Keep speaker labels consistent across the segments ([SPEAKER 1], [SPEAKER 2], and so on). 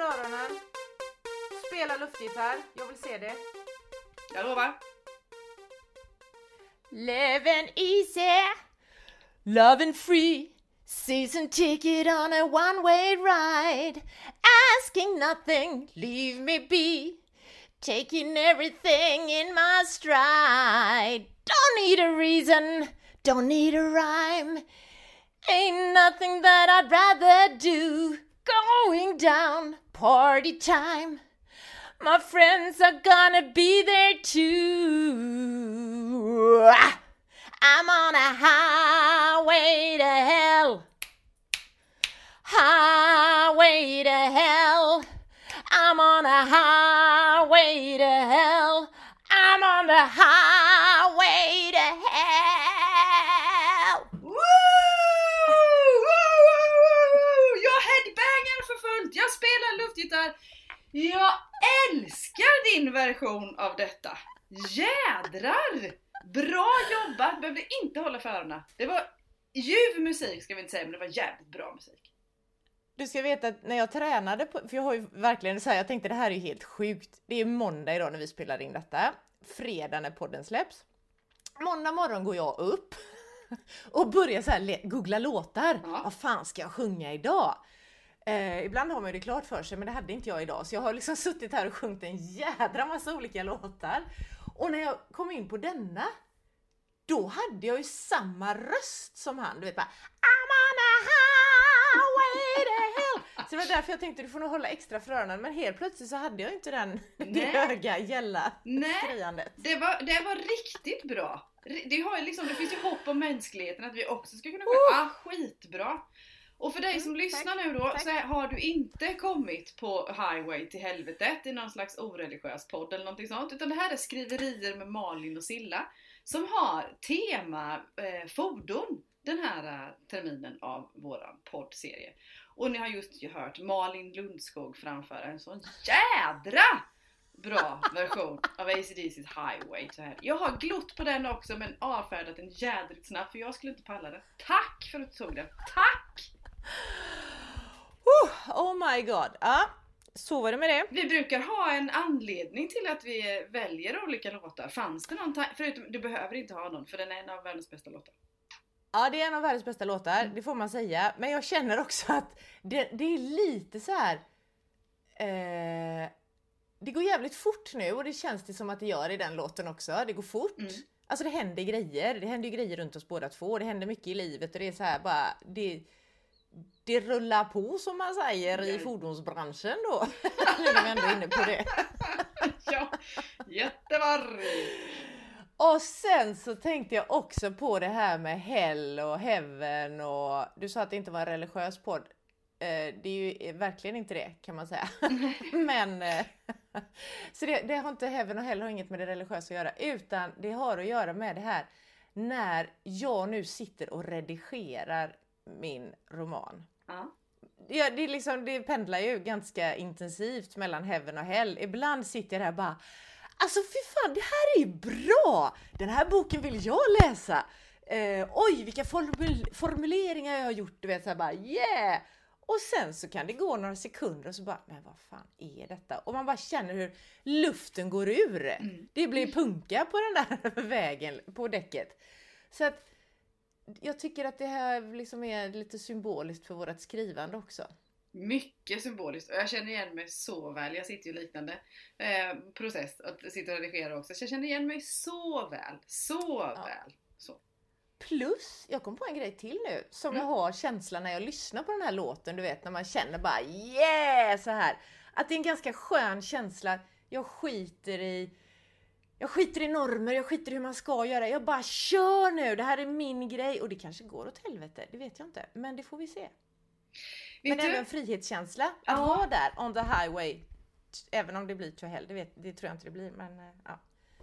[SPEAKER 1] öronen. Spela luftgitarr. Jag vill se det.
[SPEAKER 2] Jag lovar.
[SPEAKER 1] Living easy, loving free, season ticket on a one-way ride, asking nothing, leave me be, taking everything in my stride. Don't need a reason, don't need a rhyme, ain't nothing that I'd rather do. Going down, party time, my friends are gonna be there too. I'm on a highway to hell. Highway to hell. I'm on a highway to hell. I'm on the highway to hell.
[SPEAKER 2] Woo! Jag headbangar för fullt. Jag spelar luftgitarr. Jag älskar din version av detta. Jädrar! Bra jobbat. Behövde inte hålla för öronen. Det var ljuv musik ska vi inte säga, men det var jävligt bra musik.
[SPEAKER 1] Du ska veta att när jag tränade på, för jag har ju verkligen så här, jag tänkte det här är ju helt sjukt. Det är måndag idag när vi spelar in detta. Fredag när podden släpps. Måndag morgon går jag upp och börjar så här googla låtar.
[SPEAKER 2] Ja.
[SPEAKER 1] Vad fan ska jag sjunga idag? Ibland har man ju det klart för sig, men det hade inte jag idag. Så jag har liksom suttit här och sjungit en jädra massa olika låtar. Och när jag kom in på denna, då hade jag ju samma röst som han. Du vet bara, I'm on a highway to hell. Så det var därför jag tänkte, du får nog hålla extra för öronen. Men helt plötsligt så hade jag inte det höga gälla skriandet.
[SPEAKER 2] Det var riktigt bra. Det finns ju hopp om mänskligheten att vi också ska kunna sjunga. Skitbra. Och för dig som lyssnar nu då, så har du inte kommit på Highway till helvetet i någon slags oreligiös podd eller någonting sånt, utan det här är skriverier med Malin och Silla som har tema fordon den här terminen av våran poddserie. Och ni har just hört Malin Lundskog framföra en sån jädra bra version av AC/DC's Highway to Hell. Jag har glott på den också, men avfärdat den jädrigt snabbt för jag skulle inte palla den. Tack för att du tog den. Tack!
[SPEAKER 1] Oh my god. Ja, så var det med det.
[SPEAKER 2] Vi brukar ha en anledning till att vi väljer olika låtar. Fanns det någon förutom, du behöver inte ha någon, för den är en av världens bästa låtar.
[SPEAKER 1] Ja, det är en av världens bästa låtar, det får man säga. Men jag känner också att det är lite så här. Det går jävligt fort nu, och det känns det som att det gör i den låten också. Det går fort. Alltså det händer grejer. Det händer ju grejer runt oss båda två. Det händer mycket i livet, och det är så här bara... Det rullar på, som man säger i fordonsbranschen då. Nu är vi ändå inne på det.
[SPEAKER 2] Ja, jättevarmt.
[SPEAKER 1] Och sen så tänkte jag också på det här med hell och heaven, och du sa att det inte var en religiös podd. Det är ju verkligen inte det, kan man säga. Men så det har inte, heaven och hell har inget med det religiösa att göra, utan det har att göra med det här när jag nu sitter och redigerar min roman. Ja, det pendlar ju ganska intensivt mellan heaven och hell. Ibland sitter jag där bara, alltså fy fan, det här är ju bra! Den här boken vill jag läsa. Oj, vilka formuleringar jag har gjort, du vet, så här bara, yeah! Och sen så kan det gå några sekunder och så bara, men vad fan är detta? Och man bara känner hur luften går ur. Det blir punka på den där vägen, på däcket. Så att jag tycker att det här liksom är lite symboliskt för vårt skrivande också.
[SPEAKER 2] Mycket symboliskt. Och jag känner igen mig så väl. Jag sitter ju i liknande process att sitta och redigera också. Så jag känner igen mig så väl. Väl. Så.
[SPEAKER 1] Plus, jag kom på en grej till nu. Som jag har känslan när jag lyssnar på den här låten. Du vet, när man känner bara yeah, så här. Att det är en ganska skön känsla. Jag skiter i normer, jag skiter i hur man ska göra. Jag bara kör nu, det här är min grej. Och det kanske går åt helvete, det vet jag inte. Men det får vi se. Men även en frihetskänsla att vara där on the highway. Även om det blir to hell, det tror jag inte det blir. Men ja.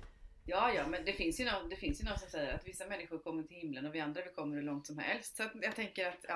[SPEAKER 2] Ja, men det finns ju någon som säger att vissa människor kommer till himlen och vi andra vi kommer hur långt som helst. Så att jag tänker att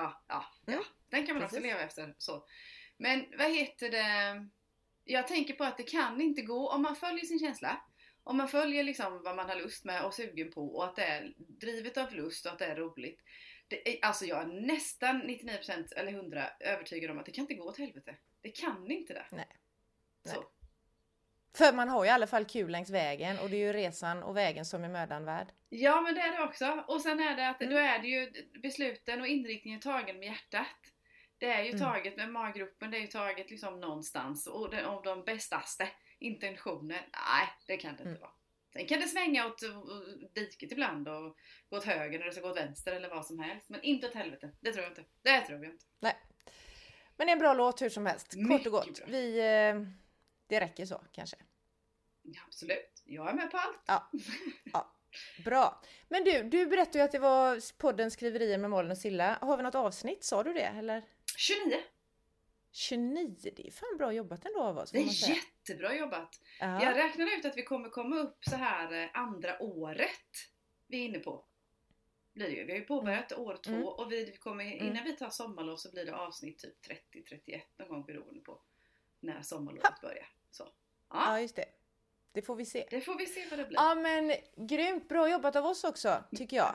[SPEAKER 2] den kan man också leva efter så. Men vad heter det? Jag tänker på att det kan inte gå om man följer sin känsla. Om man följer liksom vad man har lust med och sugen på, och att det är drivet av lust och att det är roligt. Alltså jag är nästan 99% eller 100 övertygad om att det kan inte gå åt helvete. Det kan inte det.
[SPEAKER 1] Nej.
[SPEAKER 2] Så.
[SPEAKER 1] För man har ju i alla fall kul längs vägen och det är ju resan och vägen som är mödan värd.
[SPEAKER 2] Ja, men det är det också. Och sen är det att då är det ju besluten och inriktningen tagen med hjärtat. Det är ju taget med maggruppen, det är ju taget liksom någonstans. Och de bästaste intentioner, nej, det kan det inte vara. Sen kan det svänga åt diket ibland och gå åt höger eller det ska gå åt vänster eller vad som helst. Men inte åt helvete, det tror jag inte. Det tror jag inte.
[SPEAKER 1] Nej. Men det är en bra låt hur som helst. Kort och gott.
[SPEAKER 2] Bra.
[SPEAKER 1] Det räcker så kanske.
[SPEAKER 2] Ja, absolut. Jag är med på allt.
[SPEAKER 1] Ja. Bra. Men du berättade ju att det var podden Skriverier med Malin och Silla. Har vi något avsnitt? Sa du det? Eller?
[SPEAKER 2] 29.
[SPEAKER 1] 29, det är fan bra jobbat ändå av oss.
[SPEAKER 2] Det är jättebra jobbat.
[SPEAKER 1] Ja.
[SPEAKER 2] Jag räknar ut att vi kommer komma upp så här andra året vi är inne på. Blir det ju. Vi har ju påbörjat år 2 och vi kommer, innan vi tar sommarlov så blir det avsnitt typ 30-31 någon gång beroende på när sommarlovet börjar. Så.
[SPEAKER 1] Ja, just det. Det får vi se.
[SPEAKER 2] Det får vi se vad det blir.
[SPEAKER 1] Ja, men grymt bra jobbat av oss också, tycker jag.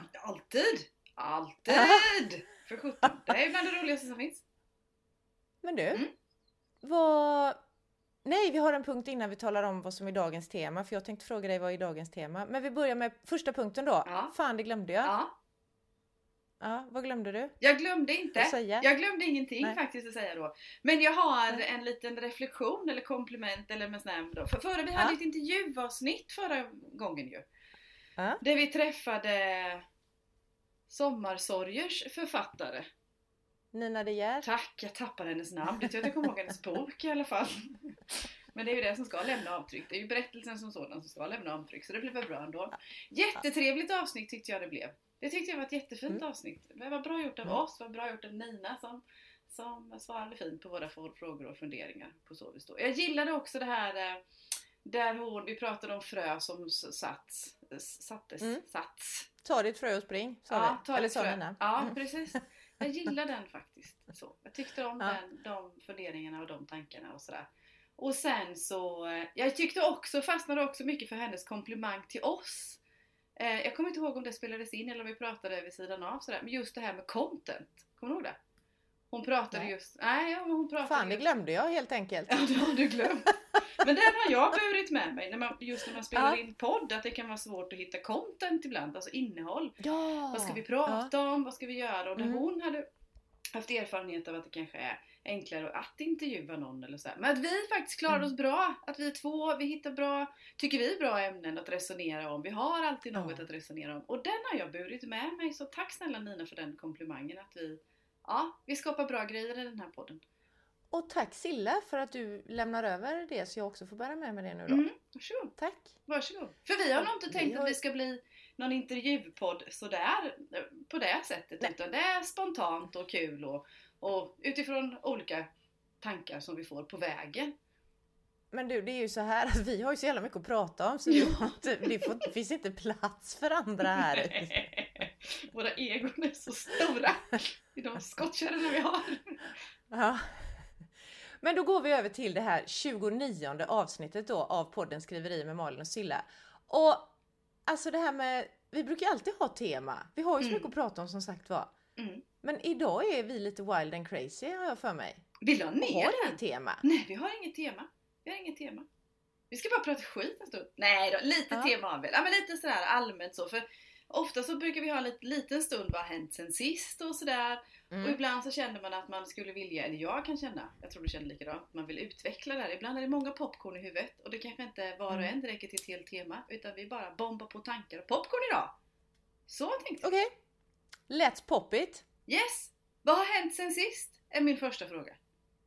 [SPEAKER 2] Alltid! För 17. Det är bland det roligaste som finns.
[SPEAKER 1] Men du, Nej, vi har en punkt innan vi talar om vad som är dagens tema. För jag tänkte fråga dig vad är dagens tema. Men vi börjar med första punkten då.
[SPEAKER 2] Ja.
[SPEAKER 1] Fan, det glömde jag.
[SPEAKER 2] Ja.
[SPEAKER 1] Ja, vad glömde du?
[SPEAKER 2] Jag glömde inte. Jag glömde ingenting faktiskt att säga då. Men jag har en liten reflektion eller komplement eller med snäm då. För vi hade ett intervjuavsnitt förra gången ju. Där vi träffade Sommarsorgers författare.
[SPEAKER 1] Nina De Geer.
[SPEAKER 2] Tack, jag tappade hennes namn. Jag tror att jag kommer ihåg hennes bok i alla fall. Men det är ju det som ska lämna avtryck. Det är ju berättelsen som sådan som ska lämna avtryck. Så det blev väl bra ändå. Jättetrevligt avsnitt tyckte jag det blev. Det tyckte jag var ett jättefint avsnitt. Det var bra gjort av oss. Det var bra gjort av Nina som svarade fint på våra frågor och funderingar på så vi står. Jag gillade också det här där vi pratade om frö som sattes.
[SPEAKER 1] Ta ditt frö och spring, sa vi. Eller sa Nina.
[SPEAKER 2] Ja, precis. Jag gillar den faktiskt. Så. Jag tyckte om de funderingarna och de tankarna och sådär. Och sen så, jag fastnade också mycket för hennes komplimang till oss. Jag kommer inte ihåg om det spelades in eller om vi pratade vid sidan av sådär. Men just det här med content, kommer du ihåg det? Hon pratade hon pratade
[SPEAKER 1] fan, det glömde jag helt enkelt.
[SPEAKER 2] Ja, det har du glömt. Men den har jag burit med mig när man spelar in podd, att det kan vara svårt att hitta content ibland, alltså innehåll.
[SPEAKER 1] Ja.
[SPEAKER 2] Vad ska vi prata om? Vad ska vi göra? Och när hon hade haft erfarenhet av att det kanske är enklare att intervjua någon eller så här. Men att vi faktiskt klarade oss bra. Att vi två, vi hittar bra ämnen att resonera om. Vi har alltid något att resonera om. Och den har jag burit med mig. Så tack snälla Nina för den komplimangen. Att vi skapar bra grejer i den här podden.
[SPEAKER 1] Och tack Silla för att du lämnar över det så jag också får bära med mig det nu då.
[SPEAKER 2] Varsågod.
[SPEAKER 1] Tack.
[SPEAKER 2] Varsågod. För vi har nog inte tänkt att vi ska bli någon intervjupodd sådär på det sättet. Nej. Utan det är spontant och kul och utifrån olika tankar som vi får på vägen.
[SPEAKER 1] Men du, det är ju så här att vi har ju så jävla mycket att prata om så det finns inte plats för andra här.
[SPEAKER 2] Våra egon är så stora i de skottkärrorna vi har.
[SPEAKER 1] Ja. Men då går vi över till det här 29:e avsnittet då av podden Skriverier med Malin och Silla. Och alltså det här med, vi brukar alltid ha tema. Vi har ju så mycket att prata om som sagt var. Men idag är vi lite wild and crazy har jag för mig.
[SPEAKER 2] Vi la ner
[SPEAKER 1] har inget tema.
[SPEAKER 2] Nej, vi har inget tema. Vi ska bara prata skit en stund. Nej då, lite tema har vi. Ja, men lite sådär allmänt så. För ofta så brukar vi ha en liten stund vad har hänt sen sist och sådär. Och ibland så känner man att man skulle vilja, eller jag kan känna, jag tror du känner likadant, man vill utveckla det här. Ibland är det många popcorn i huvudet och det kanske inte var och en räcker till ett helt tema, utan vi bara bombar på tankar och popcorn idag. Så tänkte jag.
[SPEAKER 1] Okej. Let's pop it.
[SPEAKER 2] Yes! Vad har hänt sen sist? Är min första fråga.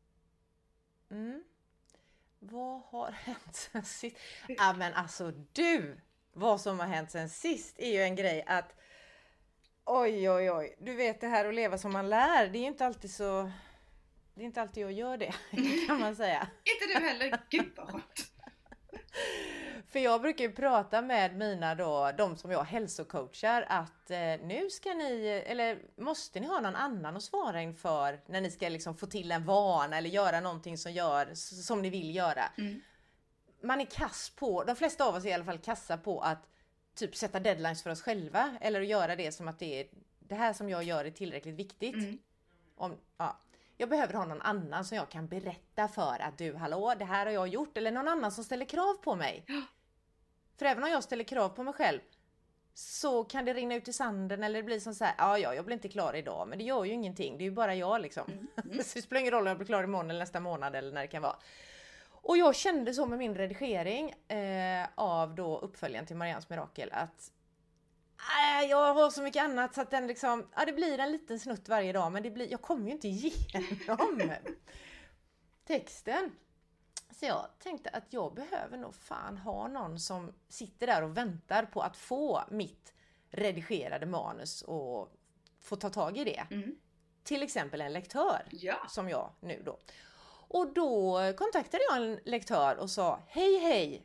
[SPEAKER 1] Vad har hänt sen sist? Ja men alltså vad som har hänt sen sist är ju en grej att oj. Du vet det här att leva som man lär. Det är inte alltid så. Det är inte alltid jag gör det kan man säga.
[SPEAKER 2] Inte du heller. Gud vad skönt.
[SPEAKER 1] För jag brukar ju prata med mina då, de som jag hälsocoachar att nu ska ni, eller måste ni ha någon annan att svara inför när ni ska liksom få till en vana eller göra någonting som ni vill göra. Man är kass på, de flesta av oss är i alla fall kassa på att typ sätta deadlines för oss själva eller att göra det som att det här som jag gör är tillräckligt viktigt. jag behöver ha någon annan som jag kan berätta för att du, hallå, det här har jag gjort. Eller någon annan som ställer krav på mig. För även om jag ställer krav på mig själv så kan det rinna ut i sanden eller det blir som så här, ja, jag blir inte klar idag. Men det gör ju ingenting, det är ju bara jag liksom. Så det spelar ingen roll om jag blir klar imorgon eller nästa månad eller när det kan vara. Och jag kände så med min redigering av då uppföljaren till Marians mirakel att jag har så mycket annat så att den liksom, det blir en liten snutt varje dag men jag kommer ju inte igenom texten. Så jag tänkte att jag behöver nog fan ha någon som sitter där och väntar på att få mitt redigerade manus och få ta tag i det. Till exempel en lektör som jag nu då. Och då kontaktade jag en lektör och sa hej,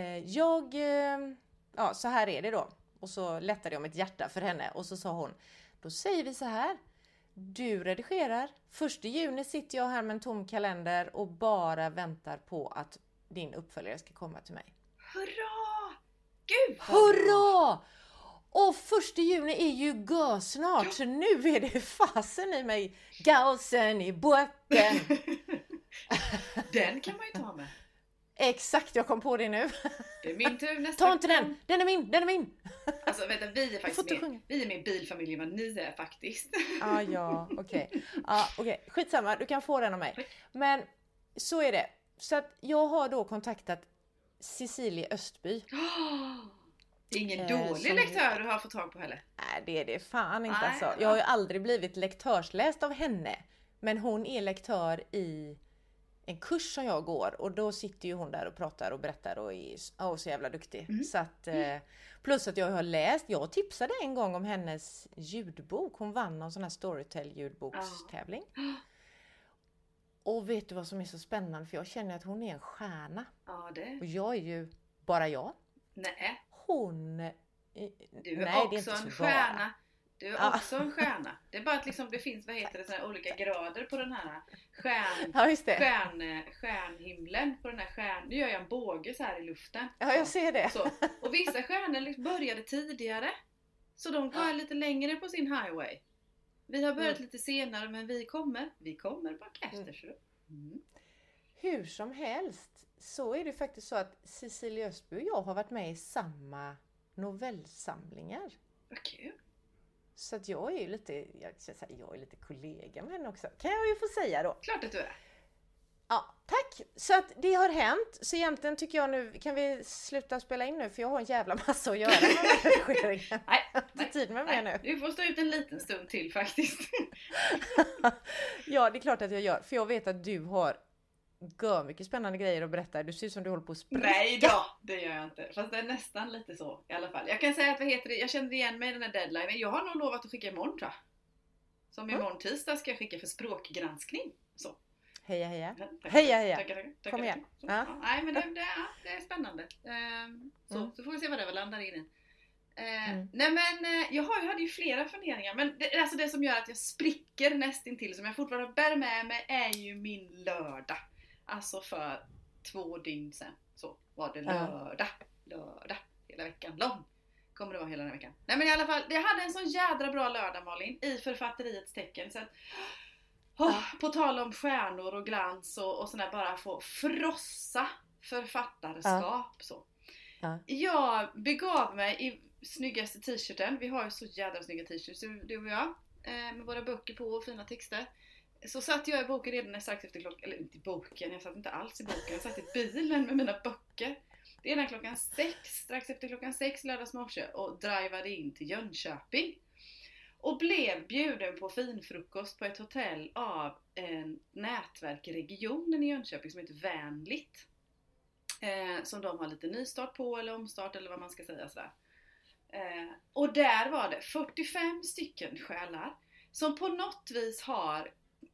[SPEAKER 1] så här är det då. Och så lättade jag mitt hjärta för henne och så sa hon, då säger vi så här. Du redigerar. 1 juni sitter jag här med en tom kalender och bara väntar på att din uppföljare ska komma till mig.
[SPEAKER 2] Hurra! Gud vad
[SPEAKER 1] hurra! Och 1 juni är ju snart så nu är det fasen i mig. Gausen i botten.
[SPEAKER 2] Den kan man ju ta med.
[SPEAKER 1] Exakt, jag kom på det nu.
[SPEAKER 2] Det är min tur nästa.
[SPEAKER 1] Ta inte den, den är min.
[SPEAKER 2] Alltså vänta, vi är faktiskt med. Vi är med i bilfamiljen vad ni är faktiskt. Okej. Skitsamma, du kan få den av mig. Men så är det. Så att jag har då kontaktat Cecilie Östby. Det är ingen dålig lektör du har fått tag på heller.
[SPEAKER 1] Nej, det är det fan inte alltså. Jag har ju aldrig blivit lektörsläst av henne. Men hon är lektör i en kurs som jag går och då sitter ju hon där och pratar och berättar och är så jävla duktig. Så att, plus att jag har läst, jag tipsade en gång om hennes ljudbok. Hon vann någon sån här Storytel ljudbokstävling. Och vet du vad som är så spännande? För jag känner att hon är en stjärna.
[SPEAKER 2] Ja, det.
[SPEAKER 1] Och jag är ju bara jag.
[SPEAKER 2] Nej.
[SPEAKER 1] Hon...
[SPEAKER 2] Du är också en stjärna. Du är också en stjärna. Det är bara att liksom, det finns såna olika grader på den här stjärnhimlen. På den här stjärn. Nu gör jag en båge så här i luften.
[SPEAKER 1] Ja, jag ser det.
[SPEAKER 2] Så. Och vissa stjärnor började tidigare. Så de går lite längre på sin highway. Vi har börjat lite senare men vi kommer bak efter.
[SPEAKER 1] Hur som helst så är det faktiskt så att Cecilia Östby och jag har varit med i samma novellsamlingar.
[SPEAKER 2] Vad kul.
[SPEAKER 1] Så att jag är ju lite, jag är lite kollega med henne också. Kan jag ju få säga då.
[SPEAKER 2] Klart att du är.
[SPEAKER 1] Ja, tack. Så att det har hänt. Så egentligen tycker jag nu, kan vi sluta spela in nu? För jag har en jävla massa att göra med redigeringen.
[SPEAKER 2] Nej,
[SPEAKER 1] tid med mig nu.
[SPEAKER 2] Du får stå ut en liten stund till faktiskt.
[SPEAKER 1] Ja, det är klart att jag gör. För jag vet att du har mycket spännande grejer att berätta. Du ser ut som du håller på att spricka.
[SPEAKER 2] Nej då, det gör jag inte. Fast det är nästan lite så i alla fall. Jag kan säga att jag kände igen mig i den här deadline. Jag har nog lovat att skicka imorgon tror jag. Som imorgon tisdag ska jag skicka för språkgranskning. Så.
[SPEAKER 1] Heja.
[SPEAKER 2] Tackar.
[SPEAKER 1] Kom igen.
[SPEAKER 2] Ja. Nej men det är spännande. Så får vi se vad det landar in i. Nej men jag hade ju flera funderingar. Men det som gör att jag spricker nästintill, som jag fortfarande bär med mig, är ju min lördag. Alltså för 2 dygn sedan så var det lördag hela veckan lång. Kommer det vara hela den här veckan. Nej men i alla fall, jag hade en sån jädra bra lördag Malin, i författeriets tecken. Så att, på tal om stjärnor och glans och sådär, bara få frossa författarskap så. Jag begav mig i snyggaste t-shirten. Vi har ju så jädra snygga t-shirts, du och jag, med våra böcker på och fina texter. Så satt jag i boken redan strax efter klockan, eller inte i boken, jag satt inte alls i boken, jag satt i bilen med mina böcker. Redan klockan 6, strax efter klockan 6 lördagsmorse och drivade in till Jönköping. Och blev bjuden på finfrukost på ett hotell av en nätverk i regionen i Jönköping som heter Vänligt. Som de har lite nystart på eller omstart eller vad man ska säga sådär. Och där var det 45 stycken själar som på något vis har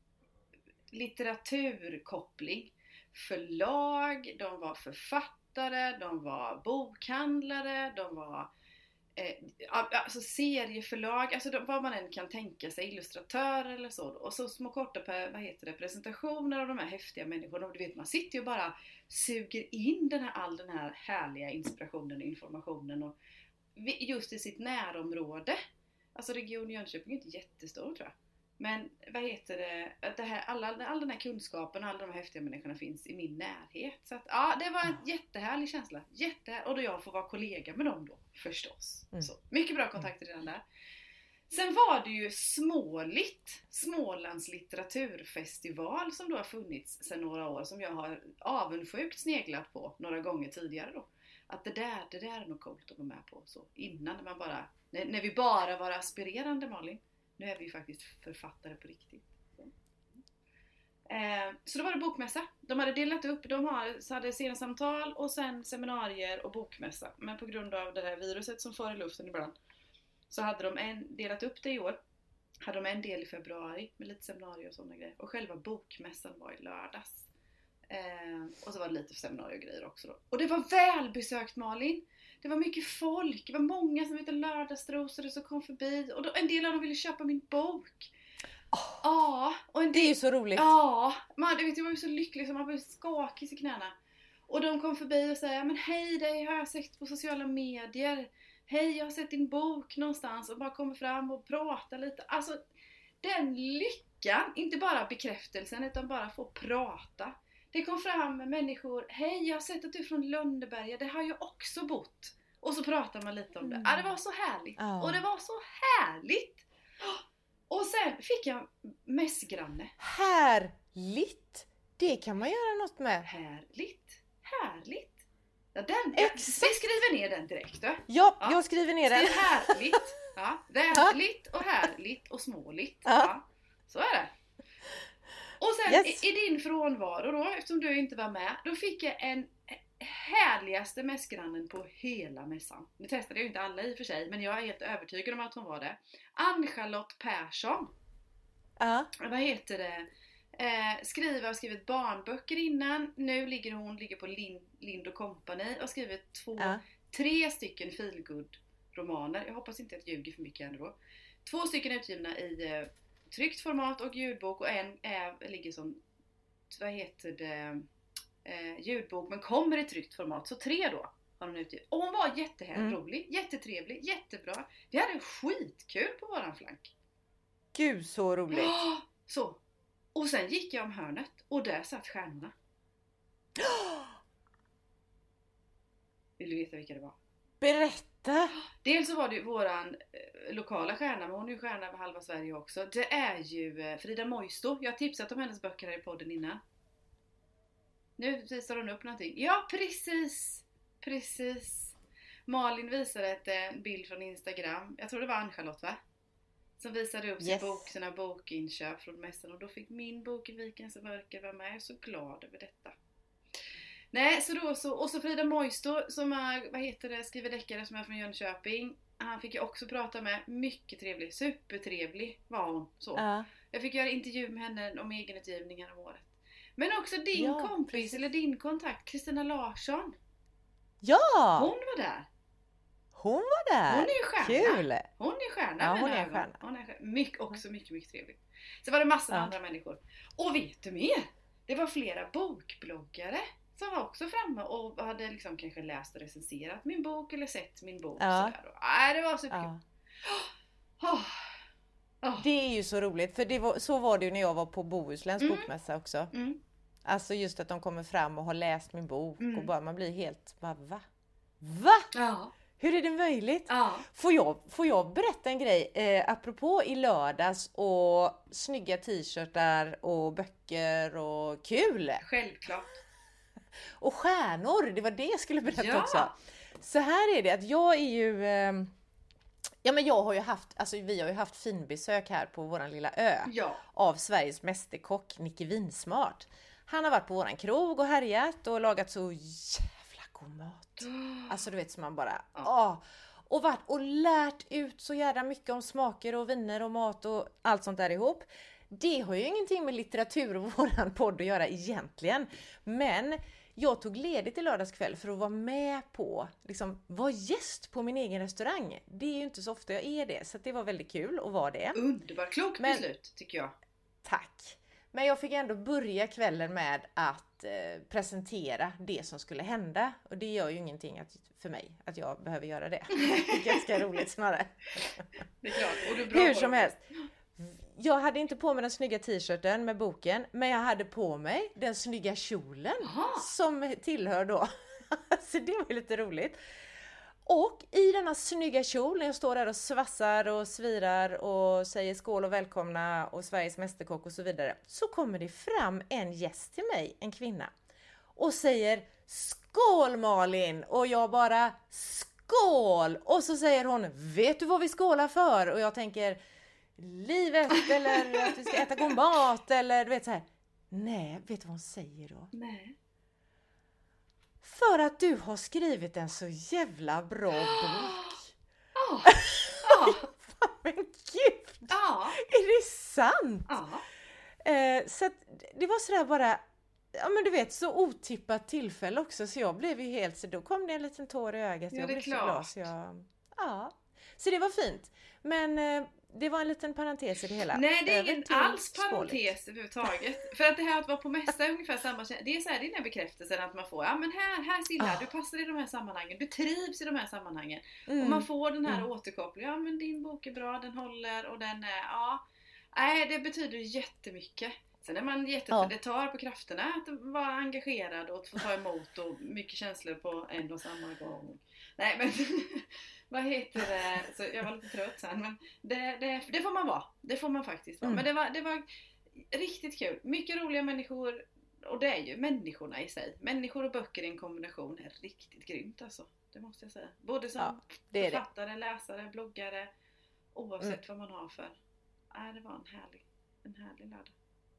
[SPEAKER 2] litteraturkoppling. Förlag, de var författare, de var bokhandlare, de var alltså serieförlag, alltså vad man än kan tänka sig, illustratörer eller så. Och så små korta presentationer av de här häftiga människorna. Och du vet, man sitter ju och bara suger in all den här härliga inspirationen och informationen och just i sitt närområde. Alltså region Jönköping är inte jättestor tror jag. Men vad heter det? Att det här, all den här kunskapen, alla de här häftiga människorna finns i min närhet. Så att, ja, det var en jättehärlig känsla. Och då jag får vara kollega med dem då, förstås. Så, mycket bra kontakter redan där. Sen var det ju Smålands litteraturfestival som då har funnits sedan några år, som jag har avundsjukt sneglat på några gånger tidigare då. Att det där är nog coolt att gå med på. Så innan när vi bara var aspirerande, Malin. Nu är vi ju faktiskt författare på riktigt. Så då var det bokmässa. De hade delat upp, så hade scensamtal och sen seminarier och bokmässa. Men på grund av det här viruset som far i luften ibland, så hade de delat upp det i år. Hade de en del i februari med lite seminarier och sådana grejer. Och själva bokmässan var i lördags. Och så var det lite seminarier och grejer också då. Och det var välbesökt, Malin. Det var mycket folk. Det var många som hette lördagsrosor som kom förbi. Och en del av dem ville köpa min bok. Ja, och
[SPEAKER 1] det är ju så roligt.
[SPEAKER 2] Ja, jag var ju så lycklig så man var skakig i knäna. Och de kom förbi och sa, men hej, dig har jag sett på sociala medier. Hej, jag har sett din bok någonstans. Och bara kommer fram och pratar lite. Alltså, den lyckan, inte bara bekräftelsen utan bara få prata. Det kom fram med människor, hej, jag har sett att du är från Lönneberga, det har jag också bott. Och så pratar man lite om det. Det var så härligt. Och det var så härligt. Och sen fick jag mässgranne.
[SPEAKER 1] Härligt! Det kan man göra något med.
[SPEAKER 2] Härligt. Ja, vi skriver ner den direkt då.
[SPEAKER 1] Ja, jag skriver ner den.
[SPEAKER 2] Det är härligt. Ja, vänligt och härligt och småligt. Ja, så är det. Och sen i din frånvaro då, eftersom du inte var med, då fick jag en härligaste mässgrannen på hela mässan. Nu testade jag ju inte alla i och för sig, men jag är helt övertygad om att hon var det. Ann-Charlotte Persson. Vad heter det? Har skrivit barnböcker innan. Nu ligger på Lind & Company och har skrivit 3 stycken feelgood-romaner. Jag hoppas inte att jag ljuger för mycket ändå. 2 stycken utgivna i tryckt format och ljudbok, och en ligger som ljudbok men kommer i tryckt format. Så 3 då har hon utgivit. Och hon var jätterolig, jättetrevlig, jättebra. Vi hade skitkul på våran flank.
[SPEAKER 1] Gud, så roligt.
[SPEAKER 2] Så. Och sen gick jag om hörnet och där satt stjärnorna. Vill du veta vilka det var?
[SPEAKER 1] Berätta!
[SPEAKER 2] Dels så var det ju våran lokala stjärna, men hon är ju stjärna över halva Sverige också. Det är ju Frida Moisto. Jag har tipsat om hennes böcker här i podden innan. Nu visar hon upp någonting. Ja, precis. Malin visade en bild från Instagram. Jag tror det var Ann-Charlotte, va? Som visade upp sina bokinköp från mässan. Och då fick min bok i Vikens mörker vara med. Jag är så glad över detta. Nej, och så Frida Moisto som skriver deckare, som är från Jönköping. Han fick jag också prata med. Mycket trevlig, supertrevlig var hon. Så. Jag fick göra intervju med henne om egenutgivningar om året. Men också din kompis, eller din kontakt, Kristina Larsson.
[SPEAKER 1] Ja!
[SPEAKER 2] Hon var där.
[SPEAKER 1] Hon är ju
[SPEAKER 2] stjärna.
[SPEAKER 1] Kul!
[SPEAKER 2] Hon är stjärna.
[SPEAKER 1] Ja, hon är stjärna.
[SPEAKER 2] Mycket trevligt. Så var det massor av andra människor. Och vet du mer? Det var flera bokbloggare som var också framme och hade liksom kanske läst och recenserat min bok eller sett min bok. Sådär. Det var superkul.
[SPEAKER 1] Det är ju så roligt, för så var det ju när jag var på Bohusläns bokmässa också. Alltså just att de kommer fram och har läst min bok och bara man blir helt va?
[SPEAKER 2] Ja.
[SPEAKER 1] Hur är det möjligt? Får jag berätta en grej? Apropå i lördags och snygga t-shirtar och böcker och kul.
[SPEAKER 2] Självklart.
[SPEAKER 1] Och stjärnor, det var det jag skulle berätta också. Så här är det att jag är ju... men jag har ju vi har ju haft finbesök här på våran lilla ö av Sveriges mästerkock Nicke Vinsmart. Han har varit på våran krog och härjat och lagat så jävla god mat. Alltså du vet, som man bara och varit och lärt ut så jävla mycket om smaker och viner och mat och allt sånt där ihop. Det har ju ingenting med litteratur och våran podd att göra egentligen, men jag tog ledigt i lördagskväll för att vara med på, vara gäst på min egen restaurang. Det är ju inte så ofta jag är det, så det var väldigt kul att vara det.
[SPEAKER 2] Underbart, klokt beslut tycker jag.
[SPEAKER 1] Tack. Men jag fick ändå börja kvällen med att presentera det som skulle hända. Och det gör ju ingenting för mig att jag behöver göra det. Det är ganska roligt snarare.
[SPEAKER 2] Det är klart, och du är bra.
[SPEAKER 1] Hur som helst. jag hade inte på mig den snygga t-shirten med boken, men jag hade på mig den snygga kjolen som tillhör då. Så det var lite roligt. Och i denna snygga kjol, när jag står där och svassar och svirar och säger skål och välkomna och Sveriges mästerkock och så vidare, så kommer det fram en gäst till mig, en kvinna, och säger skål Malin! Och jag bara skål! Och så säger hon, vet du vad vi skålar för? Och jag tänker, livet eller att vi ska äta god mat eller du vet så här. Nej, vet du vad hon säger då?
[SPEAKER 2] Nej.
[SPEAKER 1] För att du har skrivit en så jävla bra bok. Men gud! Är det sant? Så att det var sådär bara, ja men du vet, så otippat tillfälle också, så jag blev ju helt, så då kom det en liten tår i ögat. Jag blev så glad så så det var fint. Men det var en liten parentes i det hela.
[SPEAKER 2] Nej, det är ingen alls parentes överhuvudtaget. För att det här att vara på mässa är ungefär samma. Det är så här, det är den här bekräftelsen att man får, ja men här Silla, du passar i de här sammanhangen, du trivs i de här sammanhangen. Och man får den här återkopplingen, ja men din bok är bra, den håller och den är, nej det betyder jättemycket. Sen är man det tar på krafterna att vara engagerad och få ta emot och mycket känslor på en och samma gång. Nej men vad heter det? Så jag var lite trött sen, men det får man vara. Det får man faktiskt vara. Men det var riktigt kul. Mycket roliga människor, och det är ju människorna i sig. Människor och böcker i en kombination är riktigt grymt alltså. Det måste jag säga. Både som författare, läsare, bloggare, oavsett vad man har för. Det var en härlig lördag.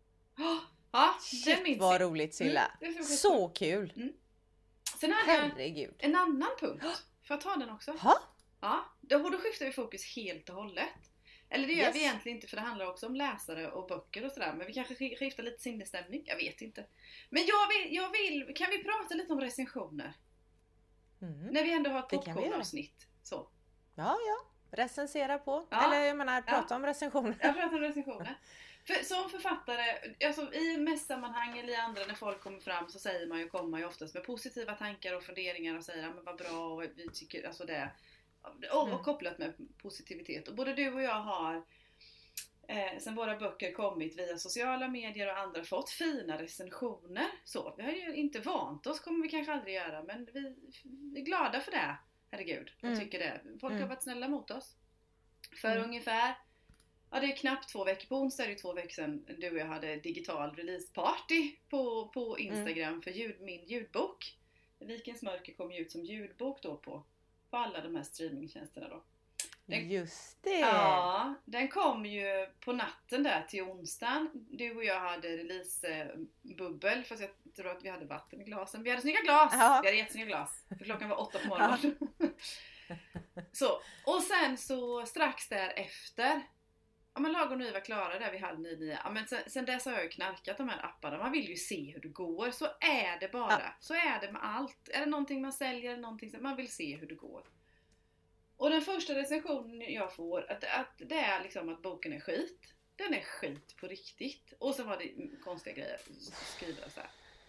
[SPEAKER 1] Shit, vad roligt Silla. Så kul.
[SPEAKER 2] Sen hade jag en annan punkt. Får jag ta den också? Ja, då skiftar vi fokus helt och hållet. Eller det gör vi egentligen inte, för det handlar också om läsare och böcker och sådär. Men vi kanske skiftar lite sinnesstämning, jag vet inte. Men jag vill, kan vi prata lite om recensioner? När vi ändå har ett popcornavsnitt. Så.
[SPEAKER 1] Ja, recensera på. Eller jag menar, prata om recensioner.
[SPEAKER 2] Jag pratar om recensioner. För som författare, alltså i mässammanhang eller i andra, när folk kommer fram så säger man ju, kommer ju oftast med positiva tankar och funderingar och säger, men vad bra, och vi tycker, alltså det, och kopplat med positivitet. Och både du och jag har sen våra böcker kommit via sociala medier och andra fått fina recensioner. Så vi har ju inte vant oss, kommer vi kanske aldrig göra, men vi är glada för det. Herregud, jag tycker det. Folk har varit snälla mot oss. För ungefär, det är knappt 2 veckor, på onsdag är det 2 veckor sedan du och jag hade digital releaseparty på Instagram för min ljudbok. Vikens mörker kom ju ut som ljudbok då på alla de här streamingtjänsterna då.
[SPEAKER 1] Just det!
[SPEAKER 2] Ja, den kom ju på natten där till onsdagen. Du och jag hade releasebubbel, fast jag tror att vi hade vatten i glasen. Vi hade snygga glas! Vi hade jättesnygga glas. För klockan var 8 på morgonen. Så, och sen så strax därefter, men lagom nu var klara där vid 8:30. Ja, men sen dess har jag ju knarkat de här apparna. Man vill ju se hur det går. Så är det bara. Så är det med allt. Är det någonting man säljer, någonting man vill se hur det går. Och den första recensionen jag får, att det är liksom att boken är skit. Den är skit på riktigt. Och så var det konstiga grejer skrivna så här.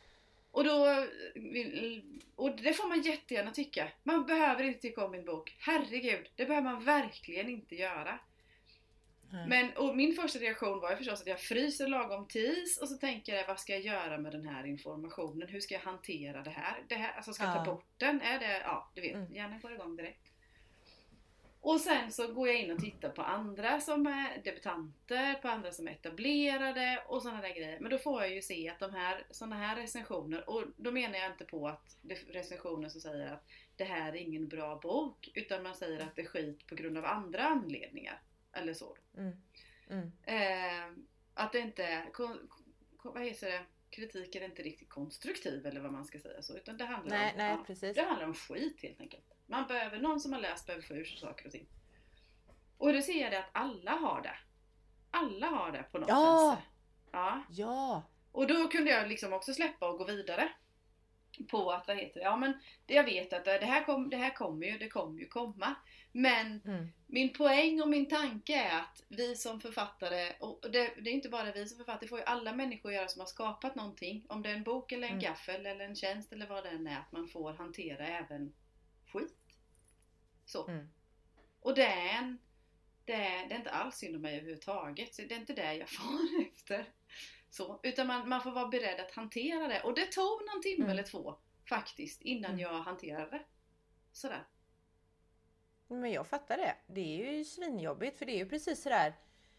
[SPEAKER 2] Och det får man jättegärna tycka. Man behöver inte tycka om min bok. Herregud, det behöver man verkligen inte göra. Och min första reaktion var ju förstås att jag fryser lagom tis och så tänker jag, vad ska jag göra med den här informationen? Hur ska jag hantera det här? Alltså ska jag ta bort den? Är det, du vet, gärna går igång direkt. Och sen så går jag in och tittar på andra som är debutanter, på andra som är etablerade och sådana där grejer. Men då får jag ju se att sådana här recensioner, och då menar jag inte på att det är recensioner som säger att det här är ingen bra bok, utan man säger att det är skit på grund av andra anledningar. Eller så. Att det inte, vad heter det? Kritik är inte riktigt konstruktiv eller vad man ska säga så, utan det handlar precis. Det handlar om skit helt enkelt. Man behöver, någon som har läst behöver få ur sig saker och ting. Och då ser jag det att alla har det. Alla har det på något sätt. Ja. Och då kunde jag liksom också släppa och gå vidare på att, men jag vet att det här kommer ju komma. Men min poäng och min tanke är att vi som författare, och det är inte bara vi som författare, det får ju alla människor göra som har skapat någonting, om det är en bok eller en gaffel eller en tjänst eller vad det än är, att man får hantera även skit. Så. Och det är det är inte alls synd om mig överhuvudtaget. Så det är inte det jag far efter. Så, utan man får vara beredd att hantera det. Och det tog någon timme eller 2 faktiskt innan jag hanterade det. Sådär.
[SPEAKER 1] Men jag fattar det. Det är ju svinjobbigt, för det är ju precis sådär.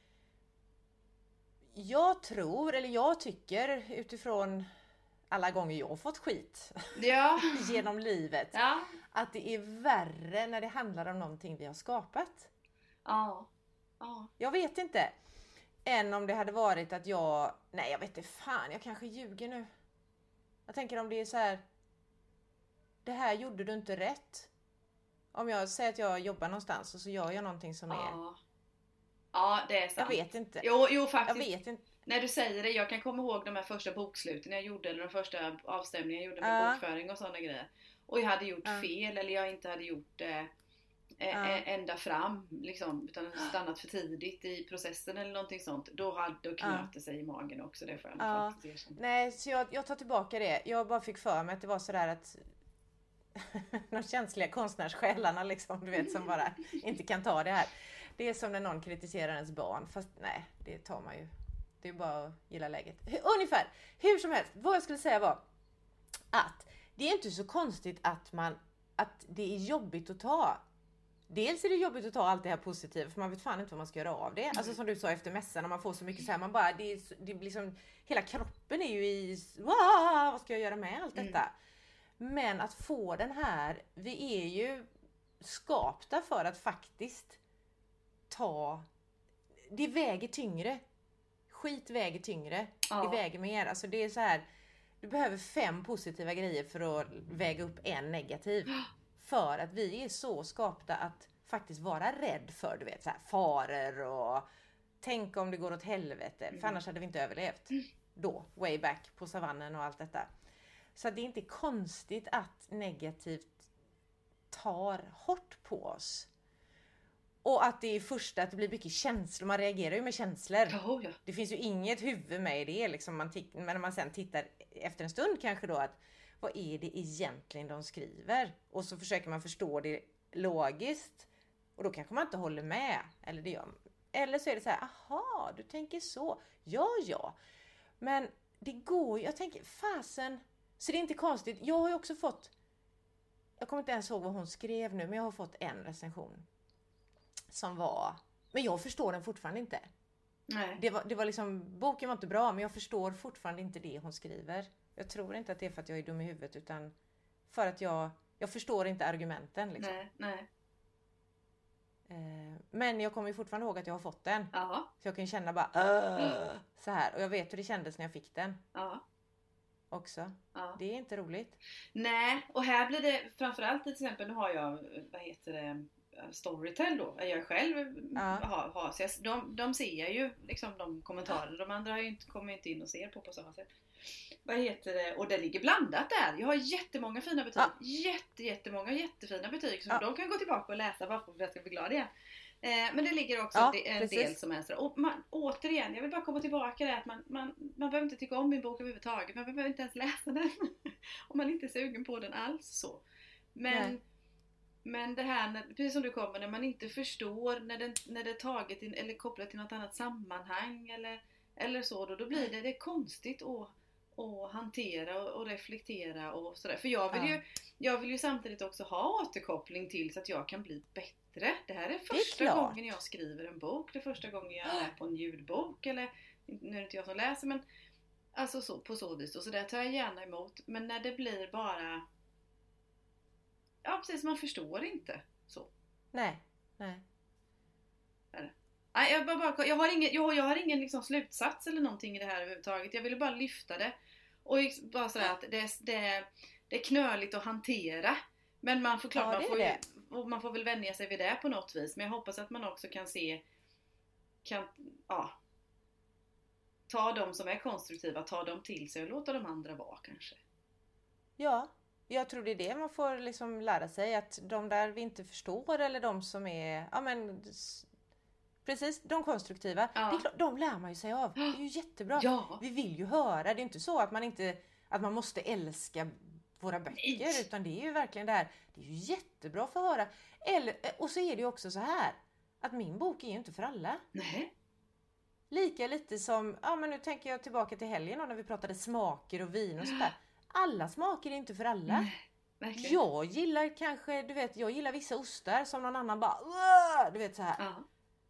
[SPEAKER 1] Jag tycker utifrån alla gånger jag har fått skit genom livet, att det är värre när det handlar om någonting vi har skapat.
[SPEAKER 2] Ja.
[SPEAKER 1] Jag vet inte. Än om det hade varit att jag vet inte fan, jag kanske ljuger nu. Jag tänker om det är så här: det här gjorde du inte rätt. Om jag säger att jag jobbar någonstans och så gör jag någonting som är...
[SPEAKER 2] Ja, det är sant.
[SPEAKER 1] Jag vet inte.
[SPEAKER 2] Jo, faktiskt.
[SPEAKER 1] Jag vet inte.
[SPEAKER 2] När du säger det, jag kan komma ihåg de här första boksluten jag gjorde, eller de första avstämningarna jag gjorde med bokföring och sådana grejer. Och jag hade gjort fel, eller jag inte hade gjort det ända fram, liksom, utan stannat för tidigt i processen eller någonting sånt. Då knöt det sig i magen också, det får jag faktiskt erkänna.
[SPEAKER 1] Nej, så jag tar tillbaka det. Jag bara fick för mig att det var sådär att de känsliga konstnärssjälarna liksom, du vet, som bara inte kan ta det här. Det är som när någon kritiserar ens barn, fast nej, det tar man ju. Det är bara att gilla läget. Ungefär, hur som helst, vad jag skulle säga var att det är inte så konstigt att det är jobbigt att ta. Dels är det jobbigt att ta allt det här positiva, för man vet fan inte vad man ska göra av det. Alltså som du sa efter mässan, när man får så mycket så här, man bara, det blir liksom, hela kroppen är ju i, vad ska jag göra med allt detta? Men att få den här, vi är ju skapta för att faktiskt det väger tyngre. Skit väger tyngre. Det väger mer. Alltså det är så här, du behöver 5 positiva grejer för att väga upp en negativ. För att vi är så skapta att faktiskt vara rädd för, du vet, så här, faror och tänk om det går åt helvete. För annars hade vi inte överlevt. Då, way back på savannen och allt detta. Så det är inte konstigt att negativt tar hårt på oss. Och att det är första, att det blir mycket känslor. Man reagerar ju med känslor.
[SPEAKER 2] Ja.
[SPEAKER 1] Det finns ju inget huvud med i det. Liksom men när man sen tittar efter en stund kanske då, att vad är det egentligen de skriver? Och så försöker man förstå det logiskt. Och då kanske man inte håller med. Eller det gör man. Eller så är det så här, aha, du tänker så. Ja. Men det går ju, jag tänker, fasen. Så det är inte konstigt. Jag har ju också fått, jag kommer inte ens ihåg vad hon skrev nu, men jag har fått en recension. Som var, men jag förstår den fortfarande inte.
[SPEAKER 2] Nej.
[SPEAKER 1] Det var liksom, boken var inte bra, men jag förstår fortfarande inte det hon skriver. Jag tror inte att det är för att jag är dum i huvudet, utan för att jag förstår inte argumenten liksom.
[SPEAKER 2] Nej.
[SPEAKER 1] Men jag kommer ju fortfarande ihåg att jag har fått den.
[SPEAKER 2] Ja.
[SPEAKER 1] Så jag kan känna bara så här, och jag vet hur det kändes när jag fick den.
[SPEAKER 2] Ja.
[SPEAKER 1] Också. Ja. Det är inte roligt.
[SPEAKER 2] Nej, och här blir det framförallt, till exempel, nu har jag, Storytel då, jag själv har så de ser jag ju liksom de kommentarer, de andra kommer inte in och ser på samma sätt. Och det ligger blandat där. Jag har jättemånga fina betyg, jättemånga jättefina betyg som de kan gå tillbaka och läsa bara för att jag ska bli glad igen. Men det ligger också en del som är så. Och återigen, jag vill bara komma tillbaka där att man behöver inte tycka om min bok överhuvudtaget, man behöver inte ens läsa den om man inte är sugen på den alls så. Men det här, precis som du kommer, när man inte förstår när det är taget in, eller kopplat till något annat sammanhang eller så, då blir det konstigt att hantera och reflektera och sådär. För jag vill ju samtidigt också ha återkoppling till så att jag kan bli bättre. Det här är första gången jag skriver en bok, det är första gången jag är på en ljudbok, eller nu är det inte jag som läser, men alltså så, på så vis. Och så där tar jag gärna emot. Men när det blir bara, ja precis, man förstår inte så.
[SPEAKER 1] Nej.
[SPEAKER 2] Jag har ingen liksom slutsats eller någonting i det här överhuvudtaget. Jag ville bara lyfta det. Och bara säga att det är knöligt att hantera. Men man får man får väl vänja sig vid det på något vis. Men jag hoppas att man också kan ta dem som är konstruktiva, ta dem till sig och låta de andra vara kanske.
[SPEAKER 1] Ja, jag tror det är det man får liksom lära sig, att de där vi inte förstår, eller de som är, precis, de konstruktiva, det är klart, de lär man ju sig av. Det är ju jättebra. Ja. Vi vill ju höra, det är inte så att man måste älska våra böcker, utan det är ju verkligen det här, det är ju jättebra för att höra. Och så är det ju också så här, att min bok är ju inte för alla.
[SPEAKER 2] Nej.
[SPEAKER 1] Lika lite som, men nu tänker jag tillbaka till helgen när vi pratade smaker och vin och sådär. Alla smaker är inte för alla.
[SPEAKER 2] Nej, verkligen.
[SPEAKER 1] Jag gillar kanske, jag gillar vissa ostar som någon annan bara, du vet så här.
[SPEAKER 2] Ja.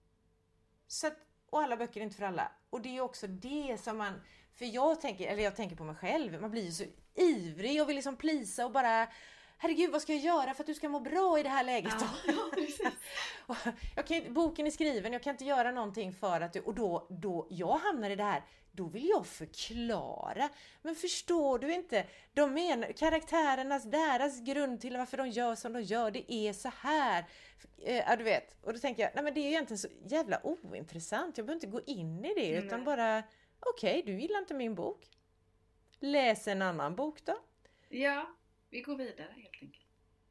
[SPEAKER 1] Så att, och alla böcker är inte för alla. Och det är också det som man, för jag tänker på mig själv, man blir ju så ivrig och vill liksom plisa och bara, herregud, vad ska jag göra för att du ska må bra i det här läget?
[SPEAKER 2] Ja, precis.
[SPEAKER 1] Boken är skriven, jag kan inte göra någonting för att och då jag hamnar i det här, då vill jag förklara. Men förstår du inte? De menar, karaktärernas, deras grund till varför de gör som de gör, det är så här. Ja, du vet. Och då tänker jag, nej men det är egentligen så jävla ointressant. Jag behöver inte gå in i det, utan bara, okej, du gillar inte min bok. Läs en annan bok då.
[SPEAKER 2] Ja, vi går vidare helt enkelt.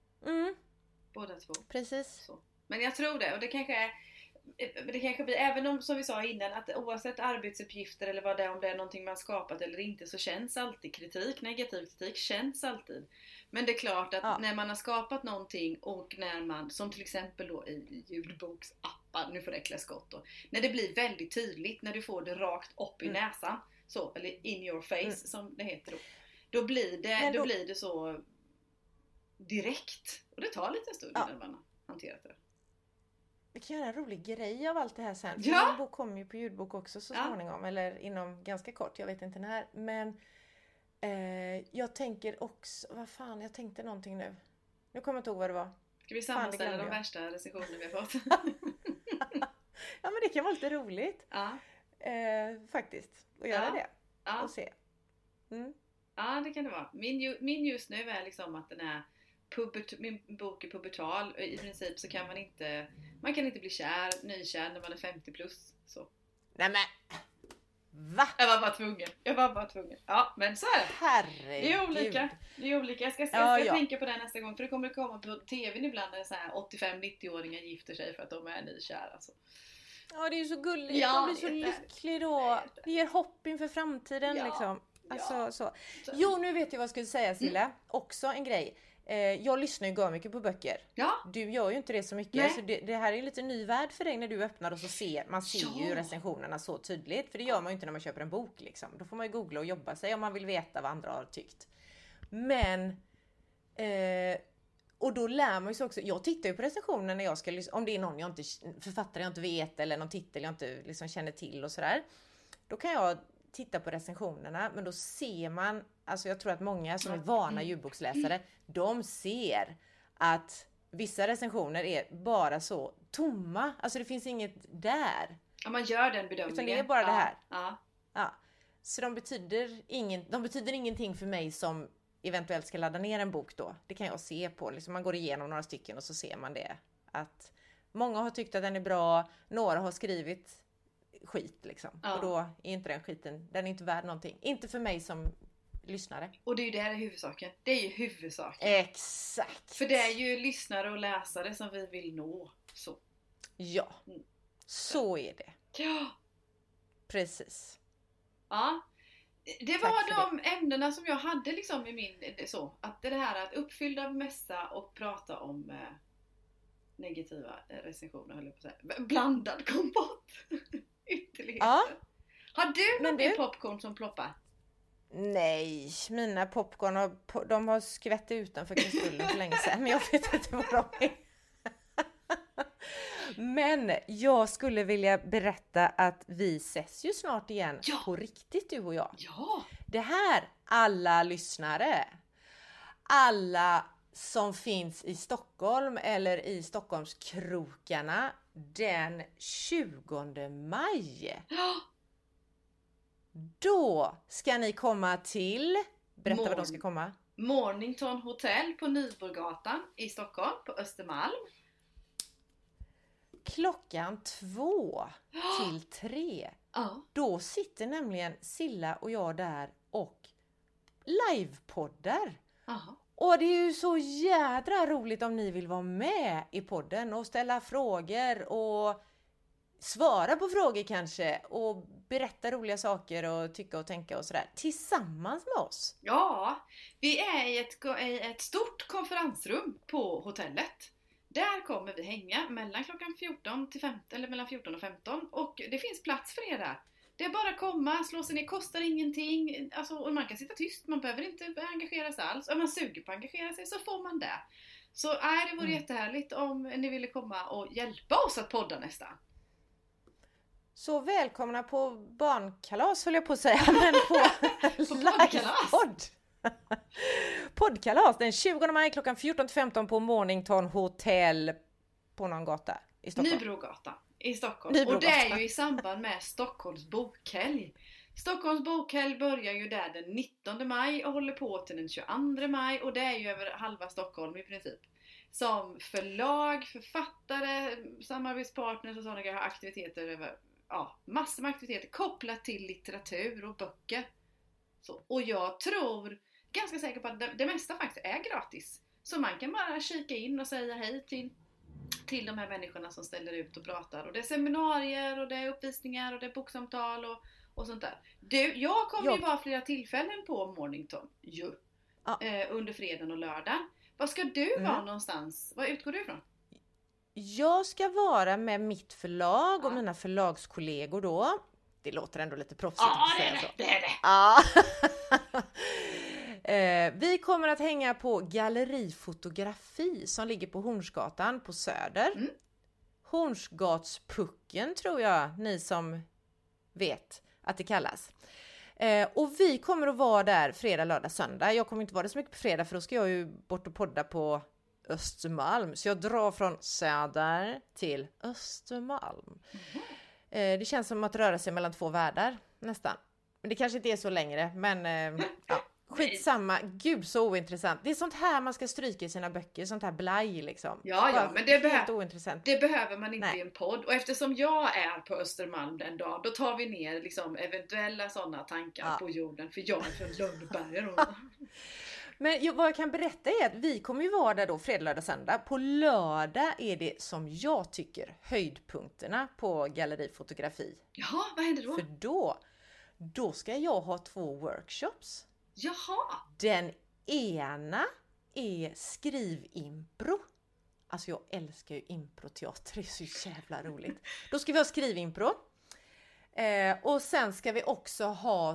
[SPEAKER 2] Båda två.
[SPEAKER 1] Precis.
[SPEAKER 2] Så. Men jag tror det, och det kanske blir, även om, som vi sa innan, att oavsett arbetsuppgifter eller vad det är, om det är någonting man skapat eller inte, så känns alltid kritik, negativ kritik känns alltid. Men det är klart att när man har skapat någonting och när man, som till exempel då i ljudboksappar, nu får det klä skott då, när det blir väldigt tydligt, när du får det rakt upp i näsan, så, eller in your face som det heter då blir det så direkt, och det tar lite stund innan man har hanterat det.
[SPEAKER 1] Vi kan göra en rolig grej av allt det här sen.
[SPEAKER 2] Ja!
[SPEAKER 1] Min bok kommer ju på ljudbok också så småningom. Eller inom ganska kort, jag vet inte när. Men jag tänker också, jag tänkte någonting nu. Nu kommer jag inte ihåg vad det var.
[SPEAKER 2] Ska vi sammanställa de värsta recensioner vi har fått?
[SPEAKER 1] Ja, men det kan vara lite roligt.
[SPEAKER 2] Ja.
[SPEAKER 1] Faktiskt. Att göra det. Och se.
[SPEAKER 2] Ja, det kan det vara. Min just nu är liksom att den är min bok är pubertal. I princip så kan man kan inte bli nykär när man är 50 plus. Så.
[SPEAKER 1] Nej men, va?
[SPEAKER 2] Jag var bara tvungen. Ja, men så är det.
[SPEAKER 1] Herregud.
[SPEAKER 2] Det är olika. Jag ska tänka på det nästa gång. För det kommer komma på tvn ibland när så här 85-90-åringar gifter sig för att de är nykära. Alltså.
[SPEAKER 1] Ja, det är ju så gulligt. Man blir så lycklig då. Det ger hopp inför framtiden liksom. Alltså, så. Jo, nu vet jag vad jag skulle säga, Silla. Också en grej. Jag lyssnar ju mycket på böcker.
[SPEAKER 2] Ja.
[SPEAKER 1] Du gör ju inte det så mycket. Så det här är en lite ny värld för dig när du öppnar och så ser man ju recensionerna så tydligt. För det gör man ju inte när man köper en bok liksom. Då får man ju googla och jobba sig om man vill veta vad andra har tyckt. Men och då lär man sig också. Jag tittar ju på recensionerna när jag ska om det är någon författare jag inte vet eller någon titel jag inte liksom känner till och sådär. Då kan jag titta på recensionerna, men då ser man, alltså jag tror att många som är vana ljudboksläsare, de ser att vissa recensioner är bara så tomma, alltså det finns inget där.
[SPEAKER 2] Ja, man gör den bedömningen.
[SPEAKER 1] Utan det är bara det här.
[SPEAKER 2] Ja.
[SPEAKER 1] Så de betyder ingenting för mig som eventuellt ska ladda ner en bok då. Det kan jag se på, liksom man går igenom några stycken och så ser man det. Att många har tyckt att den är bra, några har skrivit skit liksom. Och då är inte den skiten, den är inte värd någonting. Inte för mig som lyssnare.
[SPEAKER 2] Och det är ju det här huvudsaken. Det är ju huvudsaken.
[SPEAKER 1] Exakt.
[SPEAKER 2] För det är ju lyssnare och läsare som vi vill nå. Så.
[SPEAKER 1] Ja. Så är det.
[SPEAKER 2] Ja.
[SPEAKER 1] Precis.
[SPEAKER 2] Ja. Det var de ämnena som jag hade liksom i min så. Att det här att uppfyllda mässa och prata om negativa recensioner, höll jag på att säga. Blandad kompott. Ytterligheter.
[SPEAKER 1] Ja.
[SPEAKER 2] Har du någon popcorn som ploppar?
[SPEAKER 1] Nej, mina popcorn de har skvätt utanför kastrullen för länge sedan. Men jag vet inte vad de är. Men jag skulle vilja berätta att vi ses ju snart igen på riktigt, du och jag.
[SPEAKER 2] Ja.
[SPEAKER 1] Det här, alla lyssnare, alla som finns i Stockholm eller i Stockholmskrokarna den 20 maj. Då ska ni komma till, berätta vad de ska komma.
[SPEAKER 2] Mornington Hotel på Nyborggatan i Stockholm på Östermalm.
[SPEAKER 1] Klockan 2 till 3. Då sitter nämligen Silla och jag där och livepoddar. Och det är ju så jädra roligt om ni vill vara med i podden och ställa frågor och svara på frågor kanske och berätta roliga saker och tycka och tänka och sådär tillsammans med oss.
[SPEAKER 2] Ja, vi är i ett stort konferensrum på hotellet Där kommer vi hänga mellan klockan 14 till 15, eller mellan 14 och 15. Och det finns plats för er där. Det är bara att komma, slå sig ner, kostar ingenting. Alltså, och man kan sitta tyst, man behöver inte engagera sig alls. Om man suger på att engagera sig så får man det. Så det vore jättehärligt om ni ville komma och hjälpa oss att podda nästan.
[SPEAKER 1] Så välkomna på barnkalas höll jag på att säga, men på livepodd. Poddkalas den 20 maj klockan 14-15 på Mornington Hotel på någon gata i Stockholm.
[SPEAKER 2] Nybrogatan i Stockholm. Och det är ju i samband med Stockholms bokhelg. Stockholms bokhelg börjar ju där den 19 maj och håller på till den 22 maj. Och det är ju över halva Stockholm i princip. Som förlag, författare, samarbetspartners och sådana har aktiviteter över, massor med aktiviteter kopplat till litteratur och böcker. Så, och jag tror ganska säker på att det mesta faktiskt är gratis. Så man kan bara kika in och säga hej till de här människorna som ställer ut och pratar. Och det är seminarier och det är uppvisningar och det är boksamtal och sånt där. Jag kommer ju vara flera tillfällen på Mornington under fredagen och lördagen. Vad ska du vara någonstans? Var utgår du ifrån?
[SPEAKER 1] Jag ska vara med mitt förlag och mina förlagskollegor då. Det låter ändå lite proffsigt att säga så.
[SPEAKER 2] Det är det.
[SPEAKER 1] Ja. Vi kommer att hänga på Galleri Fotografi som ligger på Hornsgatan på Söder. Hornsgatspucken tror jag ni som vet att det kallas. Och vi kommer att vara där fredag, lördag, söndag. Jag kommer inte vara där så mycket på fredag för då ska jag ju bort och podda på Östermalm. Så jag drar från Söder till Östermalm. Det känns som att röra sig mellan två världar nästan. Men det kanske inte är så längre. Men skitsamma. Gud så ointressant. Det är sånt här man ska stryka i sina böcker. Sånt här blaj liksom.
[SPEAKER 2] Ja, men det behöver man inte
[SPEAKER 1] Nej.
[SPEAKER 2] i en podd. Och eftersom jag är på Östermalm den dagen, då tar vi ner liksom eventuella sådana tankar på jorden. För jag är från Lundberga.
[SPEAKER 1] Men vad jag kan berätta är att vi kommer ju vara där då fredag, lördag, söndag. På lördag är det som jag tycker höjdpunkterna på Galleri Fotografi.
[SPEAKER 2] Jaha, vad händer då?
[SPEAKER 1] För då ska jag ha 2 workshops.
[SPEAKER 2] Jaha!
[SPEAKER 1] Den ena är skrivimpro. Alltså jag älskar ju improteater, det är så jävla roligt. Då ska vi ha skrivimpro. Och sen ska vi också ha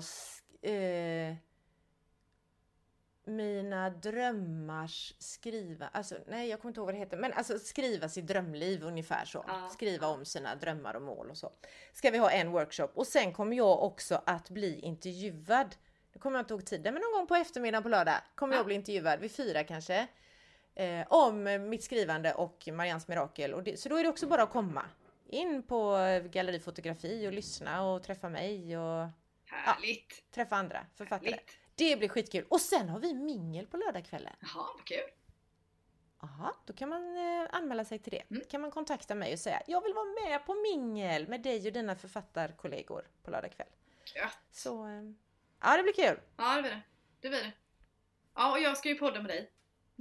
[SPEAKER 1] mina drömmars skriva, alltså nej jag kommer inte ihåg vad det heter, men alltså skriva sitt drömliv ungefär så. Skriva om sina drömmar och mål och så. Ska vi ha en workshop och sen kommer jag också att bli intervjuad. Nu kommer jag inte ihåg tiden, men någon gång på eftermiddagen på lördag kommer jag bli intervjuad vid 4 kanske. Om mitt skrivande och Marians mirakel. Och så då är det också bara att komma in på Galleri Fotografi och lyssna och träffa mig och träffa andra författare.
[SPEAKER 2] Härligt.
[SPEAKER 1] Det blir skitkul. Och sen har vi mingel på lördagskvällen.
[SPEAKER 2] Jaha, vad kul.
[SPEAKER 1] Jaha, då kan man anmäla sig till det. Kan man kontakta mig och säga jag vill vara med på mingel med dig och dina författarkollegor på lördagskväll.
[SPEAKER 2] Gött.
[SPEAKER 1] Så det blir kul.
[SPEAKER 2] Ja, det blir det. Ja, och jag ska ju podda med dig.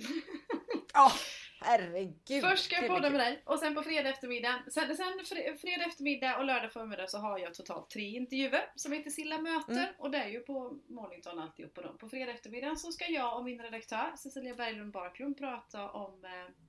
[SPEAKER 1] Herregud.
[SPEAKER 2] Först ska jag podda med dig och sen på fredag eftermiddag. Sen fredag eftermiddag och lördag förmiddag så har jag totalt 3 intervjuer som heter Silla möter. Och det är ju på Mornington alltid på dem. På fredag eftermiddag så ska jag och min redaktör Cecilia Berglund Barklund prata om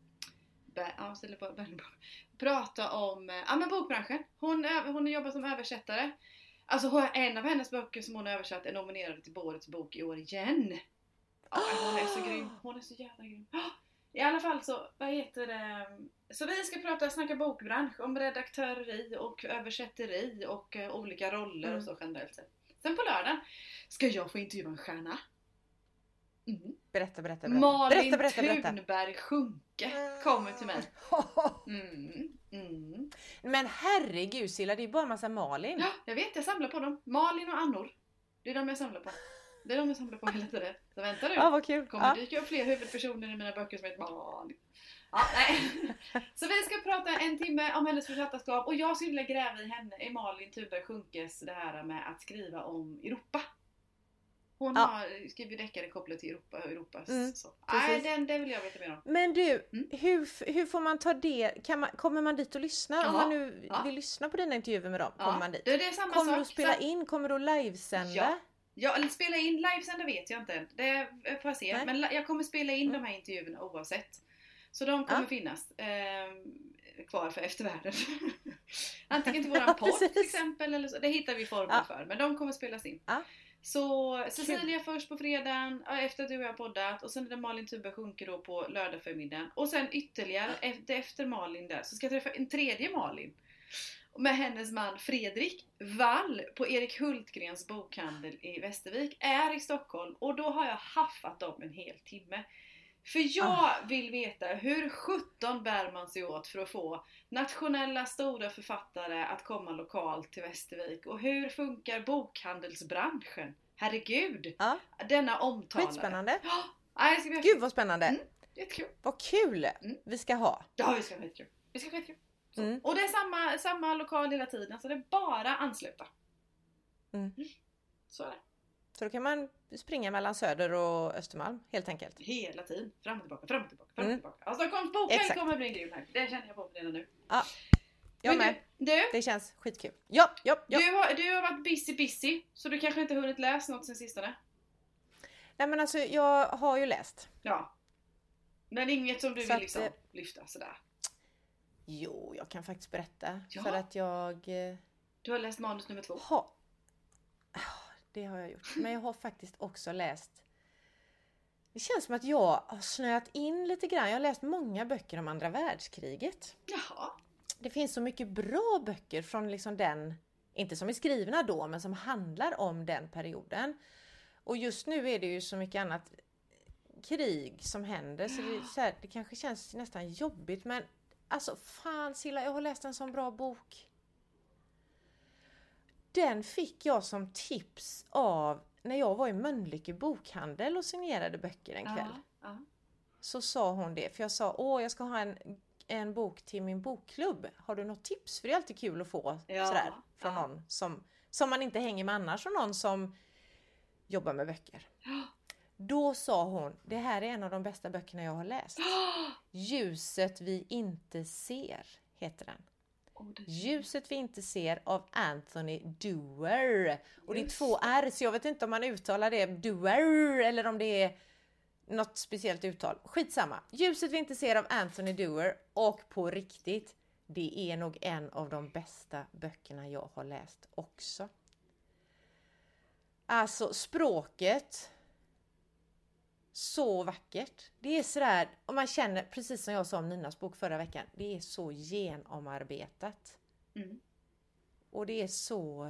[SPEAKER 2] bokbranschen. Hon jobbar som översättare. Alltså en av hennes böcker som hon har översatt är nominerad till Årets bok i år igen. Hon är så grym. Hon är så jävla grym. I alla fall så, så vi ska snacka bokbransch om redaktöreri och översätteri och olika roller och så generellt sett. Sen på lördag ska jag få intervjua en stjärna.
[SPEAKER 1] Berätta.
[SPEAKER 2] Malin Thunberg Sjunke kommer till mig.
[SPEAKER 1] Men herregud Silla, det är bara en massa Malin.
[SPEAKER 2] Ja, jag vet, jag samlar på dem. Malin och Annor. Det är de jag samlar på. Det är de jag samlar på hela tiden. Så vänta du.
[SPEAKER 1] Ja, vad kul.
[SPEAKER 2] Kommer dyka upp fler huvudpersoner i mina böcker som heter Malin. Så vi ska prata 1 timme om hennes författarskap. Och jag skulle vilja gräva i Malin Thunberg Sjunkes det här med att skriva om Europa. Hon har skrivit deckare kopplat till Europas. Så. Det vill jag veta mer om.
[SPEAKER 1] Men du, hur får man ta det? Kommer man dit och lyssna? Om man nu vill lyssna på dina intervjuer med dem, kommer man dit?
[SPEAKER 2] Det är samma
[SPEAKER 1] kommer
[SPEAKER 2] sak.
[SPEAKER 1] Du att spela in? Kommer du att livesända?
[SPEAKER 2] Ja, eller spela in, livesända vet jag inte än. Det får jag se. Nej. Men jag kommer spela in de här intervjuerna oavsett. Så de kommer finnas kvar för eftervärlden. Antingen till våran podd till exempel, eller så. Det hittar vi former för, men de kommer spelas in. Så Cecilia först på fredagen, efter att du och jag har poddat, och sen är det Malin Tuba sjunker då på lördag förmiddagen. Och sen ytterligare efter Malin där så ska jag träffa en tredje Malin med hennes man Fredrik Wall på Erik Hultgrens bokhandel i Västervik, är i Stockholm, och då har jag haffat dem en hel timme. För jag vill veta hur 17 bär man sig åt för att få nationella stora författare att komma lokalt till Västervik. Och hur funkar bokhandelsbranschen? Herregud! Denna omtalare.
[SPEAKER 1] Skitspännande.
[SPEAKER 2] Gud
[SPEAKER 1] vad spännande.
[SPEAKER 2] Jättekul.
[SPEAKER 1] Vad kul vi ska ha.
[SPEAKER 2] Ja, vi ska ha jättekul. Och det är samma lokal hela tiden, så det är bara ansluta. Så är det.
[SPEAKER 1] Så då kan man springa mellan Söder och Östermalm helt enkelt.
[SPEAKER 2] Hela tiden. Fram och tillbaka. Alltså Stockholms bokhelg kommer bli en grym här. Det känner jag på redan nu.
[SPEAKER 1] Ja. Jag med.
[SPEAKER 2] Du,
[SPEAKER 1] det känns skitkul. Ja.
[SPEAKER 2] Du har varit busy. Så du kanske inte hunnit läsa något sen sistone?
[SPEAKER 1] Nej, men alltså jag har ju läst.
[SPEAKER 2] Ja. Men inget som du vill liksom lyfta sådär?
[SPEAKER 1] Jo, jag kan faktiskt berätta. För att jag...
[SPEAKER 2] Du har läst manus nummer 2?
[SPEAKER 1] Det har jag gjort. Men jag har faktiskt också läst... Det känns som att jag har snöat in lite grann. Jag har läst många böcker om andra världskriget.
[SPEAKER 2] Jaha.
[SPEAKER 1] Det finns så mycket bra böcker från liksom den... Inte som är skrivna då, men som handlar om den perioden. Och just nu är det ju så mycket annat krig som händer. Så det kanske känns nästan jobbigt. Men alltså fan Silla, jag har läst en sån bra bok. Den fick jag som tips av när jag var i Mölnlycke bokhandel och signerade böcker en kväll. Så sa hon det. För jag sa, jag ska ha en bok till min bokklubb. Har du något tips? För det är alltid kul att få sådär från någon som man inte hänger med annars. Och någon som jobbar med böcker. Då sa hon, det här är en av de bästa böckerna jag har läst. Ljuset vi inte ser heter den. Ljuset vi inte ser av Anthony Doerr. Och det är 2 R, så jag vet inte om man uttalar det Doerr eller om det är något speciellt uttal. Skitsamma. Ljuset vi inte ser av Anthony Doerr, och på riktigt, det är nog en av de bästa böckerna jag har läst också. Alltså språket, så vackert. Det är sådär, och man känner, precis som jag sa om Ninas bok förra veckan, det är så genomarbetat. Och det är så...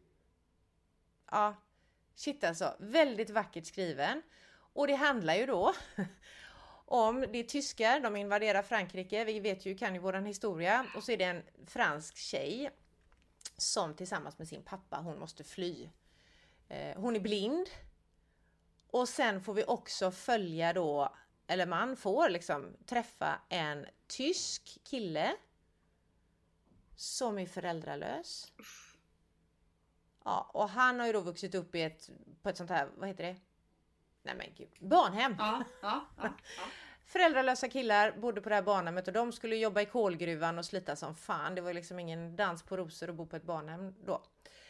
[SPEAKER 1] shit alltså. Väldigt vackert skriven. Och det handlar ju då om, det är tyskar, de invaderar Frankrike. Vi vet ju, kan ju våran historia. Och så är det en fransk tjej som tillsammans med sin pappa, hon måste fly. Hon är blind. Och sen får vi också följa då, eller man får liksom träffa en tysk kille som är föräldralös. Ja, och han har ju då vuxit upp på ett sånt här, vad heter det? Nej men gud, barnhem.
[SPEAKER 2] Ja.
[SPEAKER 1] Föräldralösa killar bodde på det här barnhemmet och de skulle jobba i kolgruvan och slita som fan. Det var liksom ingen dans på rosor att bo på ett barnhem då.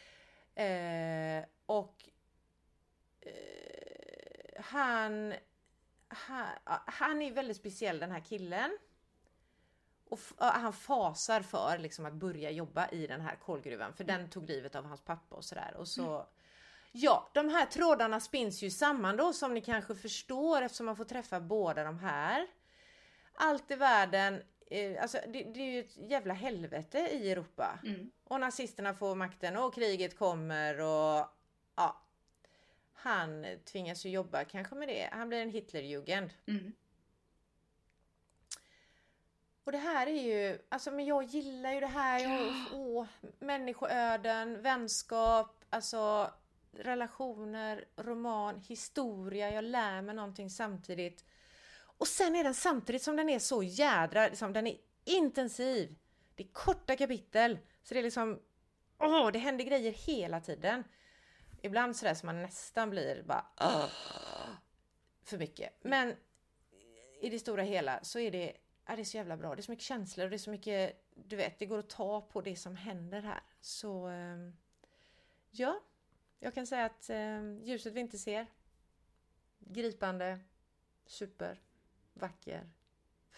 [SPEAKER 1] Han är väldigt speciell, den här killen. Och han fasar för liksom att börja jobba i den här kolgruvan. För den tog livet av hans pappa och sådär. Och så... Ja, de här trådarna spins ju samman då, som ni kanske förstår, eftersom man får träffa båda de här. Allt i världen, alltså det är ju ett jävla helvete i Europa. Och nazisterna får makten och kriget kommer och ja, han tvingas ju jobba kanske med det. Han blir en Hitlerjugend. Och det här är ju, alltså men jag gillar ju det här, människoöden, vänskap, alltså relationer, roman, historia, jag lär mig någonting samtidigt. Och sen är den samtidigt som den är så jädra, liksom, den är intensiv. Det är korta kapitel, så det är liksom, det händer grejer hela tiden. Ibland sådär som man nästan blir bara för mycket. Men i det stora hela så är det är så jävla bra. Det är så mycket känslor och det är så mycket, du vet, det går att ta på det som händer här. Så ja, jag kan säga att ljuset vi inte ser, gripande, super, vacker,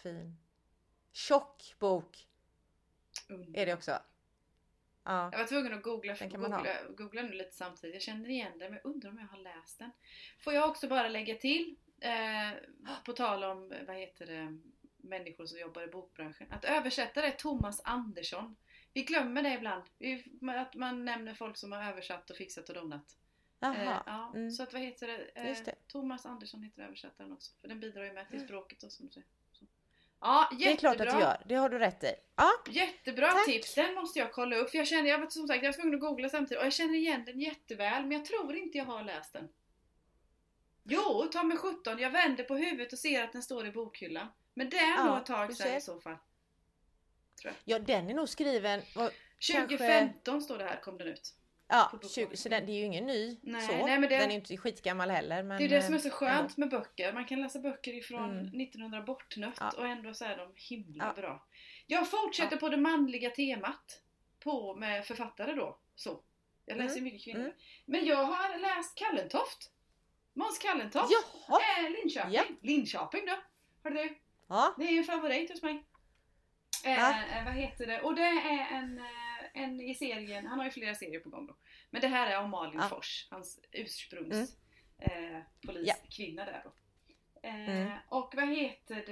[SPEAKER 1] fin. Tjock bok är det också. Ja.
[SPEAKER 2] Jag var tvungen att googla nu lite samtidigt. Jag känner igen den, men jag undrar om jag har läst den. Får jag också bara lägga till, på tal om, människor som jobbar i bokbranschen. Att översättare är Thomas Andersson. Vi glömmer det ibland. Att man nämner folk som har översatt och fixat och donat. Så att Thomas Andersson heter översättaren också. För den bidrar ju med till språket och som du säger. Ja, jättebra.
[SPEAKER 1] Det är klart att du gör. Det har du rätt i. Ja.
[SPEAKER 2] Jättebra tips. Den måste jag kolla upp. För jag var tvungen att googla samtidigt. Och jag känner igen den jätteväl. Men jag tror inte jag har läst den. Jo, ta med 17. Jag vänder på huvudet och ser att den står i bokhyllan. Men det är nog ett tag sedan i så fall. Tror jag.
[SPEAKER 1] Ja, den är nog skriven...
[SPEAKER 2] 2015 står det här, kom den ut.
[SPEAKER 1] Ja, så det är ju ingen ny. Nej, men den är inte skitgammal heller. Men,
[SPEAKER 2] det är det som är så skönt med böcker. Man kan läsa böcker ifrån 1900 bortnött och ändå så är de himla bra. Jag fortsätter på det manliga temat med författare då. Så. Jag läser mycket kvinnor. Men jag har läst Kallentoft. Måns Kallentoft. Linköping. Ja. Linköping då. Har du? Ja. Det är en favorit hos mig. Vad heter det? Och det är en i serien, han har ju flera serier på gång då. Men det här är om Malin Fors, hans ursprungs poliskvinna där då. Och vad heter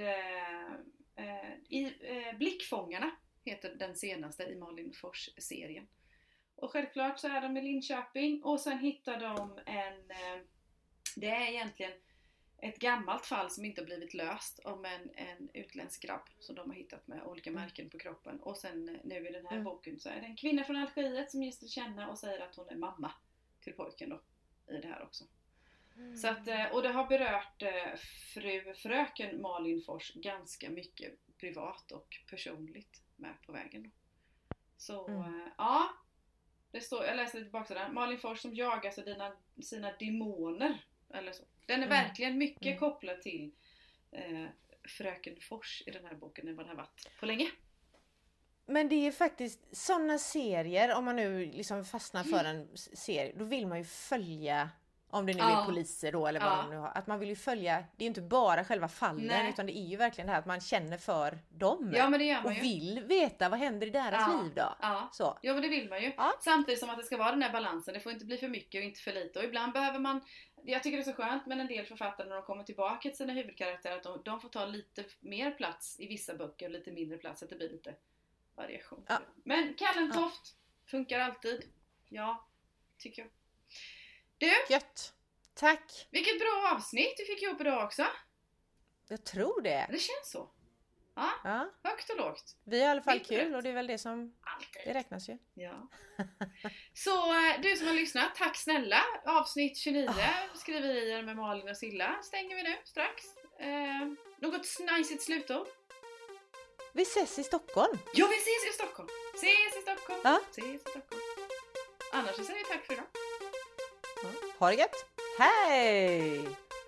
[SPEAKER 2] det? Blickfångarna heter den senaste i Malin Fors-serien. Och självklart så är de i Linköping och sen hittar de det är egentligen ett gammalt fall som inte har blivit löst om en utländsk grabb som de har hittat med olika märken på kroppen. Och sen nu i den här boken så är det en kvinna från Algeriet som just känner och säger att hon är mamma till pojken då i det här också. Så att, och det har berört fröken Malin Fors ganska mycket privat och personligt med på vägen då. Så det står, jag läser lite tillbaka där. Malin Fors som jagar sina demoner eller så. Den är verkligen mycket kopplad till fröken Fors i den här boken än vad det har varit på länge.
[SPEAKER 1] Men det är faktiskt sådana serier, om man nu liksom fastnar för en serie, då vill man ju följa, om det nu är poliser då eller vad de nu har, att man vill ju följa, det är inte bara själva fallen utan det är ju verkligen det här att man känner för dem.
[SPEAKER 2] Ja, men det gör man
[SPEAKER 1] och vill veta vad händer i deras liv då. Så.
[SPEAKER 2] Ja, men det vill man ju. Samtidigt som att det ska vara den här balansen, det får inte bli för mycket och inte för lite. Och ibland behöver man, jag tycker det är så skönt med en del författare när de kommer tillbaka till sina huvudkaraktärer, att de får ta lite mer plats i vissa böcker och lite mindre plats, att det blir lite variation. Men Kallentoft funkar alltid. Ja, tycker jag. Du,
[SPEAKER 1] gött. Tack.
[SPEAKER 2] Vilket bra avsnitt du fick ihop idag också.
[SPEAKER 1] Jag tror det.
[SPEAKER 2] Det känns så. Ja. Högt och lågt.
[SPEAKER 1] Vi har i alla fall kul och det är väl det som det räknas ju.
[SPEAKER 2] Ja. Så du som har lyssnat, tack snälla. Avsnitt 29, skriverier med Malin och Silla stänger vi nu strax. Något najsigt slutord?
[SPEAKER 1] Vi ses i Stockholm.
[SPEAKER 2] Ja, vi ses i Stockholm. Ses i Stockholm. Annars så säger vi tack för idag.
[SPEAKER 1] Ha det gött. Hej!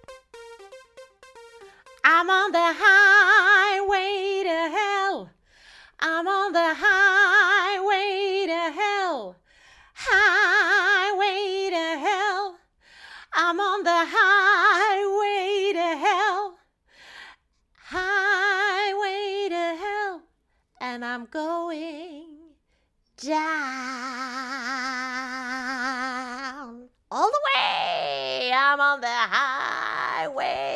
[SPEAKER 1] I'm on the highway to hell. I'm on the highway to hell. Highway to hell. I'm on the highway to hell. Highway to hell. And I'm going down. All the way. I'm on the highway.